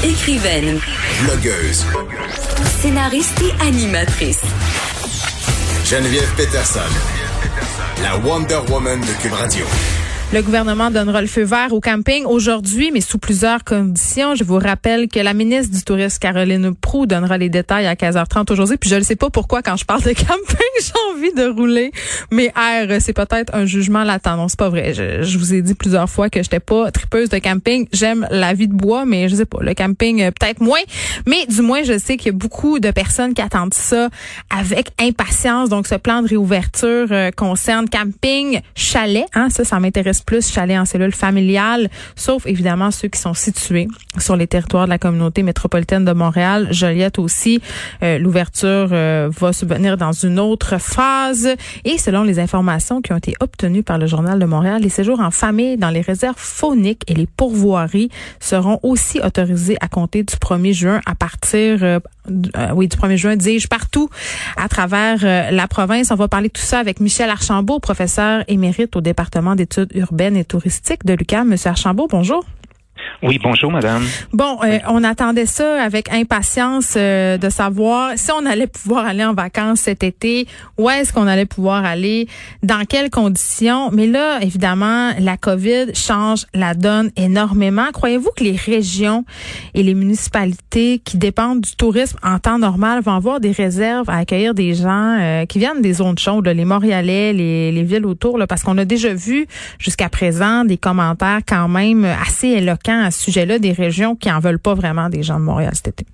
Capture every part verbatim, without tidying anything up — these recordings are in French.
Écrivaine, blogueuse, scénariste et animatrice. Geneviève Peterson, la Wonder Woman de Cube Radio. Le gouvernement donnera le feu vert au camping aujourd'hui, mais sous plusieurs conditions. Je vous rappelle que la ministre du Tourisme, Caroline Proulx, donnera les détails à quinze heures trente aujourd'hui. Puis je ne sais pas pourquoi, quand je parle de camping, j'ai envie de rouler mes airs. C'est peut-être un jugement latent. Non, c'est pas vrai. Je, je vous ai dit plusieurs fois que j'étais pas tripeuse de camping. J'aime la vie de bois, mais je sais pas, le camping, peut-être moins. Mais du moins, je sais qu'il y a beaucoup de personnes qui attendent ça avec impatience. Donc, ce plan de réouverture euh, concerne camping, chalet. Hein, ça, ça m'intéresse plus, chalet en cellule familiale, sauf évidemment ceux qui sont situés sur les territoires de la communauté métropolitaine de Montréal. Joliette aussi, euh, l'ouverture euh, va subvenir dans une autre phase. Et selon les informations qui ont été obtenues par le Journal de Montréal, les séjours en famille dans les réserves fauniques et les pourvoiries seront aussi autorisés à compter du premier juin à partir euh, Euh, oui, du premier juin, dis-je, partout à travers euh, la province. On va parler de tout ça avec Michel Archambault, professeur émérite au département d'études urbaines et touristiques de l'U Q A M. Monsieur Archambault, bonjour. Oui, bonjour, madame. Bon, euh, on attendait ça avec impatience euh, de savoir si on allait pouvoir aller en vacances cet été, où est-ce qu'on allait pouvoir aller, dans quelles conditions. Mais là, évidemment, la COVID change la donne énormément. Croyez-vous que les régions et les municipalités qui dépendent du tourisme en temps normal vont avoir des réserves à accueillir des gens euh, qui viennent des zones chaudes, là, les Montréalais, les, les villes autour, là, parce qu'on a déjà vu jusqu'à présent des commentaires quand même assez éloquents à ce sujet-là, des régions qui en veulent pas vraiment des gens de Montréal cet été?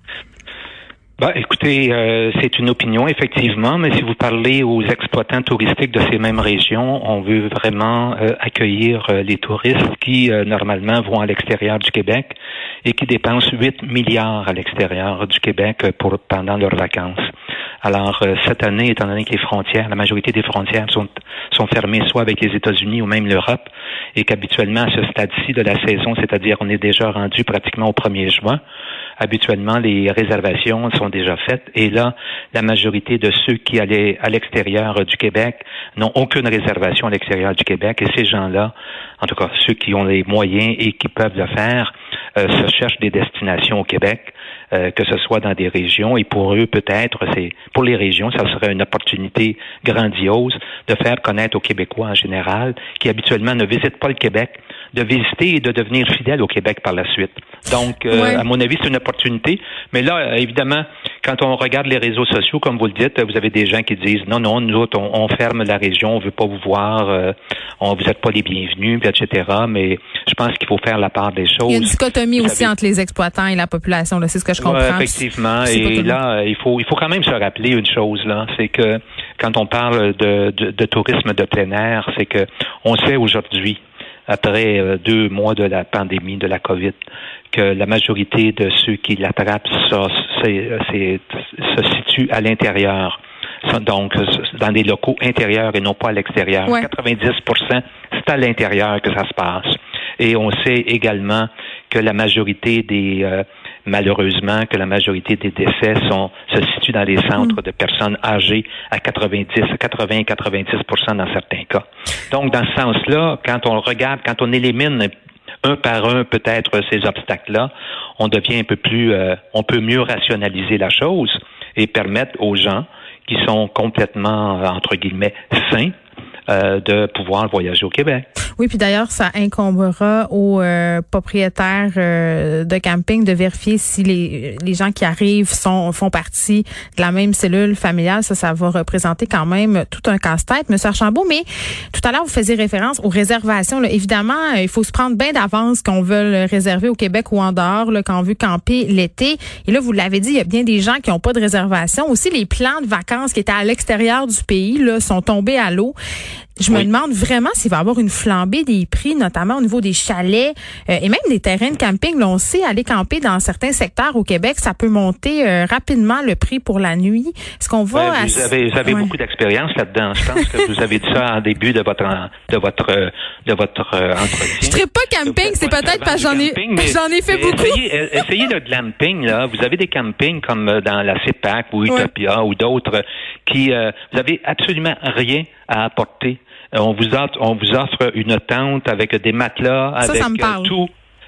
Bah, écoutez, euh, c'est une opinion, effectivement, mais si vous parlez aux exploitants touristiques de ces mêmes régions, on veut vraiment euh, accueillir euh, les touristes qui, euh, normalement, vont à l'extérieur du Québec et qui dépensent huit milliards à l'extérieur du Québec pour pendant leurs vacances. Alors, euh, cette année, étant donné que les frontières, la majorité des frontières sont, sont fermées soit avec les États-Unis ou même l'Europe, et qu'habituellement, à ce stade-ci de la saison, c'est-à-dire on est déjà rendu pratiquement au premier juin, habituellement, les réservations sont déjà faites. Et là, la majorité de ceux qui allaient à l'extérieur du Québec n'ont aucune réservation à l'extérieur du Québec. Et ces gens-là, en tout cas, ceux qui ont les moyens et qui peuvent le faire, euh, se cherchent des destinations au Québec, euh, que ce soit dans des régions. Et pour eux, peut-être, c'est pour les régions, ça serait une opportunité grandiose de faire connaître aux Québécois en général, qui habituellement ne visitent pas le Québec, de visiter et de devenir fidèles au Québec par la suite. Donc, euh, ouais. à mon avis, c'est une opportunité. Mais là, évidemment, quand on regarde les réseaux sociaux, comme vous le dites, vous avez des gens qui disent non, non, nous autres, on, on ferme la région, on veut pas vous voir, euh, on, vous êtes pas les bienvenus, et cetera. Mais je pense qu'il faut faire la part des choses. Il y a une dichotomie vous aussi savez... entre les exploitants et la population, là, c'est ce que je comprends. Ouais, effectivement. C'est et là, il faut, il faut quand même se rappeler une chose, là, c'est que quand on parle de, de, de tourisme de plein air, c'est que on sait aujourd'hui, après euh, deux mois de la pandémie, de la COVID, que la majorité de ceux qui l'attrapent ça, c'est, c'est, se situent à l'intérieur. Donc, dans des locaux intérieurs et non pas à l'extérieur. Ouais. quatre-vingt-dix pour cent, c'est à l'intérieur que ça se passe. Et on sait également que la majorité des... Euh, malheureusement, que la majorité des décès sont se situent dans les centres mmh. de personnes âgées à quatre-vingt-dix, quatre-vingts, quatre-vingt-dix pour cent dans certains cas. Donc, dans ce sens-là, quand on regarde, quand on élimine un par un peut-être ces obstacles-là, on devient un peu plus, euh, on peut mieux rationaliser la chose et permettre aux gens qui sont complètement, entre guillemets, sains, Euh, de pouvoir voyager au Québec. Oui, puis d'ailleurs, ça incombera aux euh, propriétaires euh, de camping de vérifier si les les gens qui arrivent sont font partie de la même cellule familiale. Ça, ça va représenter quand même tout un casse-tête, Monsieur Archambault. Mais tout à l'heure, vous faisiez référence aux réservations. Là. Évidemment, il faut se prendre bien d'avance qu'on veut réserver au Québec ou en dehors, là, quand on veut camper l'été. Et là, vous l'avez dit, il y a bien des gens qui n'ont pas de réservation. Aussi, les plans de vacances qui étaient à l'extérieur du pays là sont tombés à l'eau. Je me oui. demande vraiment s'il va y avoir une flambée des prix, notamment au niveau des chalets euh, et même des terrains de camping. Là, on sait aller camper dans certains secteurs au Québec, ça peut monter euh, rapidement le prix pour la nuit. Est-ce qu'on va... Ouais, vous avez, vous avez ouais. beaucoup d'expérience là-dedans. Je pense que vous avez dit ça en début de votre de votre de votre euh, entretien. Je ne serais pas camping, c'est peut-être parce que j'en ai camping, j'en ai fait beaucoup. Essayez, essayez le glamping là. Vous avez des campings comme dans la CEPAC ou Utopia ouais. ou d'autres qui euh, vous avez absolument rien à apporter. On vous offre, on vous offre une tente avec des matelas, ça, avec ça me parle. tout.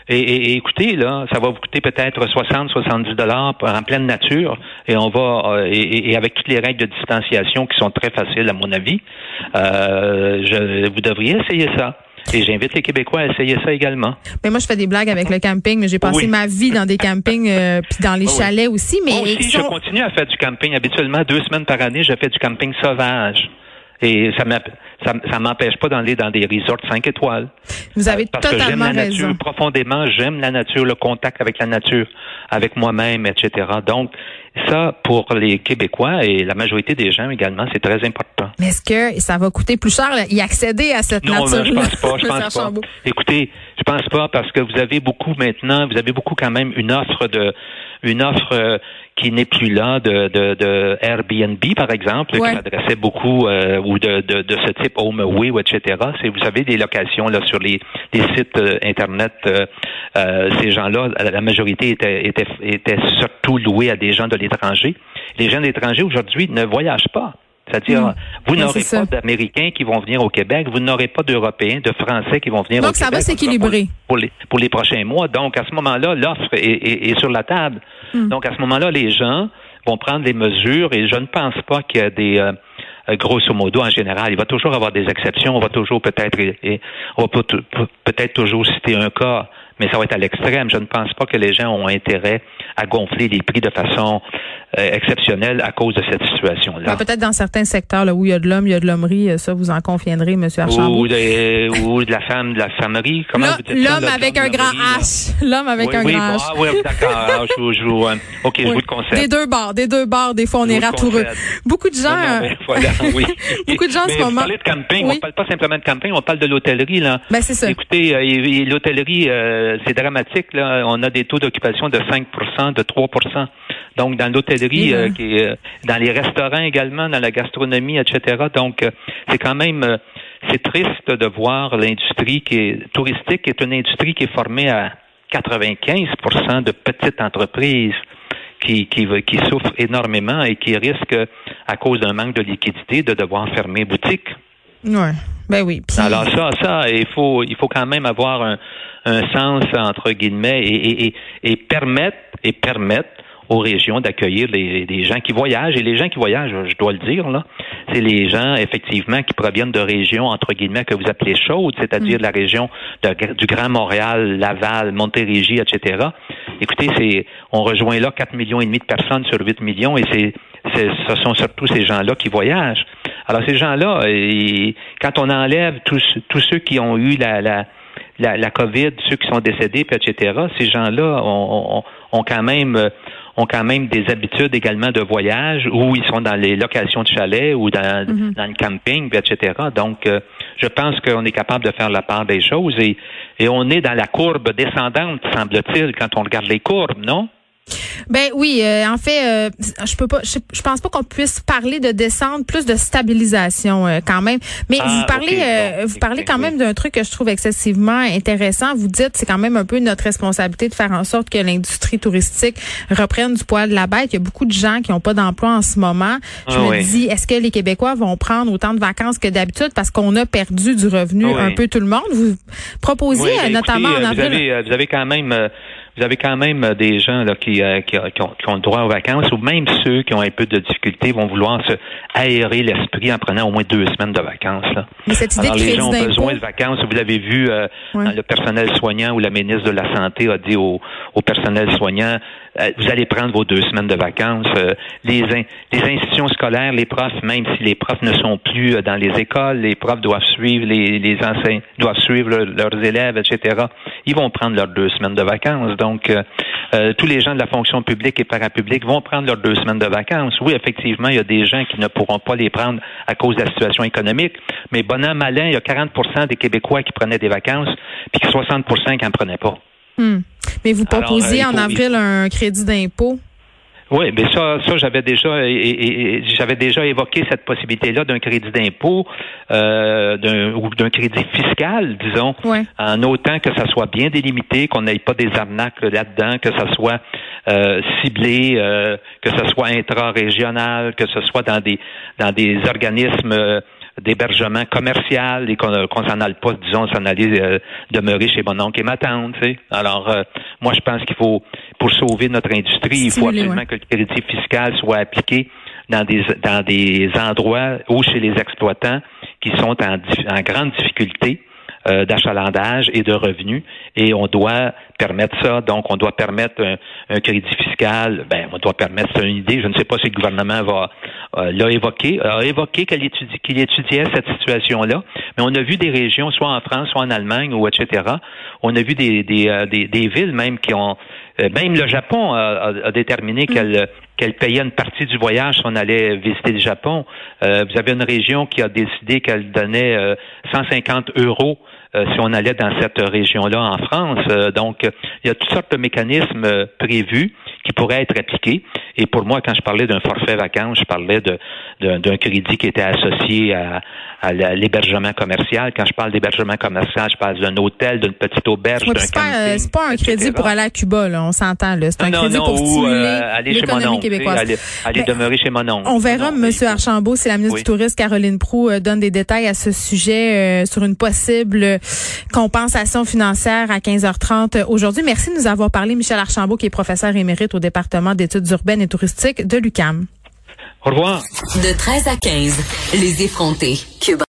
Et, et, et écoutez, là, ça va vous coûter peut-être soixante, soixante-dix dollars en pleine nature, et on va euh, et, et avec toutes les règles de distanciation qui sont très faciles à mon avis, euh, je, vous devriez essayer ça. Et j'invite les Québécois à essayer ça également. Mais moi, je fais des blagues avec le camping, mais j'ai passé oui. ma vie dans des campings euh, puis dans les oui. chalets aussi. Mais moi aussi, sont... je continue à faire du camping. Habituellement, deux semaines par année, je fais du camping sauvage. Et ça ça, ça m'empêche pas d'aller dans des resorts cinq étoiles. Vous avez parce totalement que j'aime la raison. nature profondément, j'aime la nature, le contact avec la nature, avec moi-même, et cetera. Donc, ça, pour les Québécois et la majorité des gens également, c'est très important. Mais est-ce que ça va coûter plus cher là, y accéder à cette non, nature-là? Non, je pense pas, je pense pas. Écoutez, je pense pas parce que vous avez beaucoup maintenant, vous avez beaucoup quand même une offre de, une offre euh, qui n'est plus là de, de, de Airbnb, par exemple, ouais. qui s'adressait beaucoup, euh, ou de, de, de ce type HomeAway, et cetera. C'est, vous avez des locations là sur les, les sites euh, Internet. Euh, euh, ces gens-là, la majorité étaient, étaient, étaient surtout loués à des gens de l'étranger. Les gens de l'étranger, aujourd'hui, ne voyagent pas. C'est-à-dire, mmh. vous n'aurez pas d'Américains qui vont venir au Québec, vous n'aurez pas d'Européens, de Français qui vont venir Donc, au Québec. Donc, ça va s'équilibrer. Pour les, pour les prochains mois. Donc, à ce moment-là, l'offre est, est, est sur la table. Mmh. Donc, à ce moment-là, les gens vont prendre les mesures et je ne pense pas qu'il y a des... Euh, grosso modo, en général, il va toujours avoir des exceptions. On va toujours peut-être... Et, et, on va peut, peut-être toujours citer un cas, mais ça va être à l'extrême. Je ne pense pas que les gens ont intérêt à gonfler les prix de façon euh, exceptionnelle à cause de cette situation-là. Ben, peut-être dans certains secteurs là, où il y a de l'homme, il y a de l'hommerie, ça vous en conviendrez, M. Archambault. Ou de, ou de la femme, de la femmerie. Comment là, vous dites l'homme ça, avec un grand H. L'homme avec oui, un oui, grand bon, H. Ah oui, d'accord. je, je, je, OK, oui. je vous le concède. Des deux bords, des deux bords, des fois on je est ratoureux. Beaucoup de gens... Non, non, mais voilà, oui. Beaucoup de gens en ce moment... Vous parlez de camping, oui. on ne parle pas simplement de camping, on parle de l'hôtellerie, là. Ben, c'est ça. Écoutez, euh, l'hôtellerie, euh, c'est dramatique, là. On a des taux d'occupation de cinq pour cent, de trois pour cent. Donc, dans l'hôtellerie, mmh. euh, qui est, euh, dans les restaurants également, dans la gastronomie, et cetera. Donc, euh, c'est quand même, euh, c'est triste de voir l'industrie qui est touristique, qui est une industrie qui est formée à quatre-vingt-quinze pour cent de petites entreprises qui, qui, qui souffrent énormément et qui risquent, à cause d'un manque de liquidité, de devoir fermer boutique. Ouais. Ben oui. Puis... Alors ça, ça, il faut, il faut quand même avoir un, un sens entre guillemets et, et, et, et permettre et permettre aux régions d'accueillir les, les gens qui voyagent. Et les gens qui voyagent, je dois le dire, là, c'est les gens, effectivement, qui proviennent de régions, entre guillemets, que vous appelez chaudes, c'est-à-dire mmh. la région de, du Grand Montréal, Laval, Montérégie, et cetera. Écoutez, c'est, on rejoint là quatre millions et demi de personnes sur huit millions et c'est, c'est, ce sont surtout ces gens-là qui voyagent. Alors, ces gens-là, et, quand on enlève tous, tous ceux qui ont eu la, la, la, la COVID, ceux qui sont décédés, puis et cetera, ces gens-là ont, ont, ont quand même... ont quand même des habitudes également de voyage où ils sont dans les locations de chalets ou dans, mm-hmm. dans le camping, et cetera. Donc, euh, je pense qu'on est capable de faire la part des choses et, et on est dans la courbe descendante, semble-t-il, quand on regarde les courbes, non? Ben oui, euh, en fait, euh, je peux pas, je, je pense pas qu'on puisse parler de descente, plus de stabilisation euh, quand même. Mais ah, vous parlez, okay, euh, bon, vous parlez quand oui. même d'un truc que je trouve excessivement intéressant. Vous dites, c'est quand même un peu notre responsabilité de faire en sorte que l'industrie touristique reprenne du poil de la bête. Il y a beaucoup de gens qui n'ont pas d'emploi en ce moment. Je ah, me oui. dis, est-ce que les Québécois vont prendre autant de vacances que d'habitude parce qu'on a perdu du revenu ah, oui. un peu tout le monde? Vous proposez oui, ben, notamment écoutez, en avril. Vous avez, vous avez quand même. Euh, Vous avez quand même des gens là qui, euh, qui, qui, ont, qui ont le droit aux vacances, ou même ceux qui ont un peu de difficulté vont vouloir se aérer l'esprit en prenant au moins deux semaines de vacances. Là. Mais cette idée Alors, de les gens ont d'impôt. besoin de vacances. Vous l'avez vu euh, ouais. dans le personnel soignant où la ministre de la Santé a dit au, au personnel soignant, euh, vous allez prendre vos deux semaines de vacances. Euh, les, in, les institutions scolaires, les profs, même si les profs ne sont plus dans les écoles, les profs doivent suivre, les, les enseignants doivent suivre le, leurs élèves, et cetera. Ils vont prendre leurs deux semaines de vacances. Donc, euh, Euh, tous les gens de la fonction publique et parapublique vont prendre leurs deux semaines de vacances. Oui, effectivement, il y a des gens qui ne pourront pas les prendre à cause de la situation économique, mais bon an, mal an, il y a quarante pour cent des Québécois qui prenaient des vacances, puis soixante pour cent qui n'en prenaient pas. Hmm. Mais vous proposiez Alors, euh, en avril un crédit d'impôt? Oui, mais ça, ça j'avais déjà, et, et, et, j'avais déjà évoqué cette possibilité-là d'un crédit d'impôt, euh, d'un, ou d'un crédit fiscal, disons, ouais. en autant que ça soit bien délimité, qu'on n'ait pas des arnaques là-dedans, que ça soit euh, ciblé, euh, que ça soit intra-régional, que ce soit dans des dans des organismes euh, d'hébergement commercial et qu'on, qu'on s'en aille pas, disons, s'en aller euh, demeurer chez mon oncle et ma tante. Tu sais. Alors, euh, moi, je pense qu'il faut, pour sauver notre industrie, il faut absolument ouais. que le crédit fiscal soit appliqué dans des dans des endroits ou chez les exploitants qui sont en, en grande difficulté euh, d'achalandage et de revenus. Et on doit permettre ça. Donc, on doit permettre un, un crédit fiscal. Ben, on doit permettre, c'est une idée. Je ne sais pas si le gouvernement va euh, l'a évoqué, a évoqué qu'il étudie, qu'il étudiait cette situation-là. Mais on a vu des régions, soit en France, soit en Allemagne, ou et cetera. On a vu des des euh, des, des villes même qui ont euh, même le Japon a, a, a déterminé qu'elle mmh. qu'elle payait une partie du voyage si on allait visiter le Japon. Euh, vous avez une région qui a décidé qu'elle donnait euh, cent cinquante euros euh, si on allait dans cette région-là en France. Euh, donc, il y a toutes sortes de mécanismes euh, prévus qui pourraient être appliqués. Et pour moi, quand je parlais d'un forfait vacances, je parlais de, de d'un crédit qui était associé à, à l'hébergement commercial. Quand je parle d'hébergement commercial, je parle d'un hôtel, d'une petite auberge, ouais, d'un c'est camping. Pas, c'est pas un crédit pour aller à Cuba, là, on s'entend. Là. C'est un non, crédit non, pour stimuler ou, euh, aller l'économie chez mon oncle, québécoise. Aller, aller ben, demeurer chez mon oncle. On verra, M. Archambault, si la ministre oui. du Tourisme, Caroline Proulx, euh, donne des détails à ce sujet euh, sur une possible compensation financière à quinze heures trente aujourd'hui. Merci de nous avoir parlé, Michel Archambault, qui est professeur émérite au département d'études urbaines et touristiques de l'U Q A M. Au revoir. De treize à quinze, les effrontés. Cube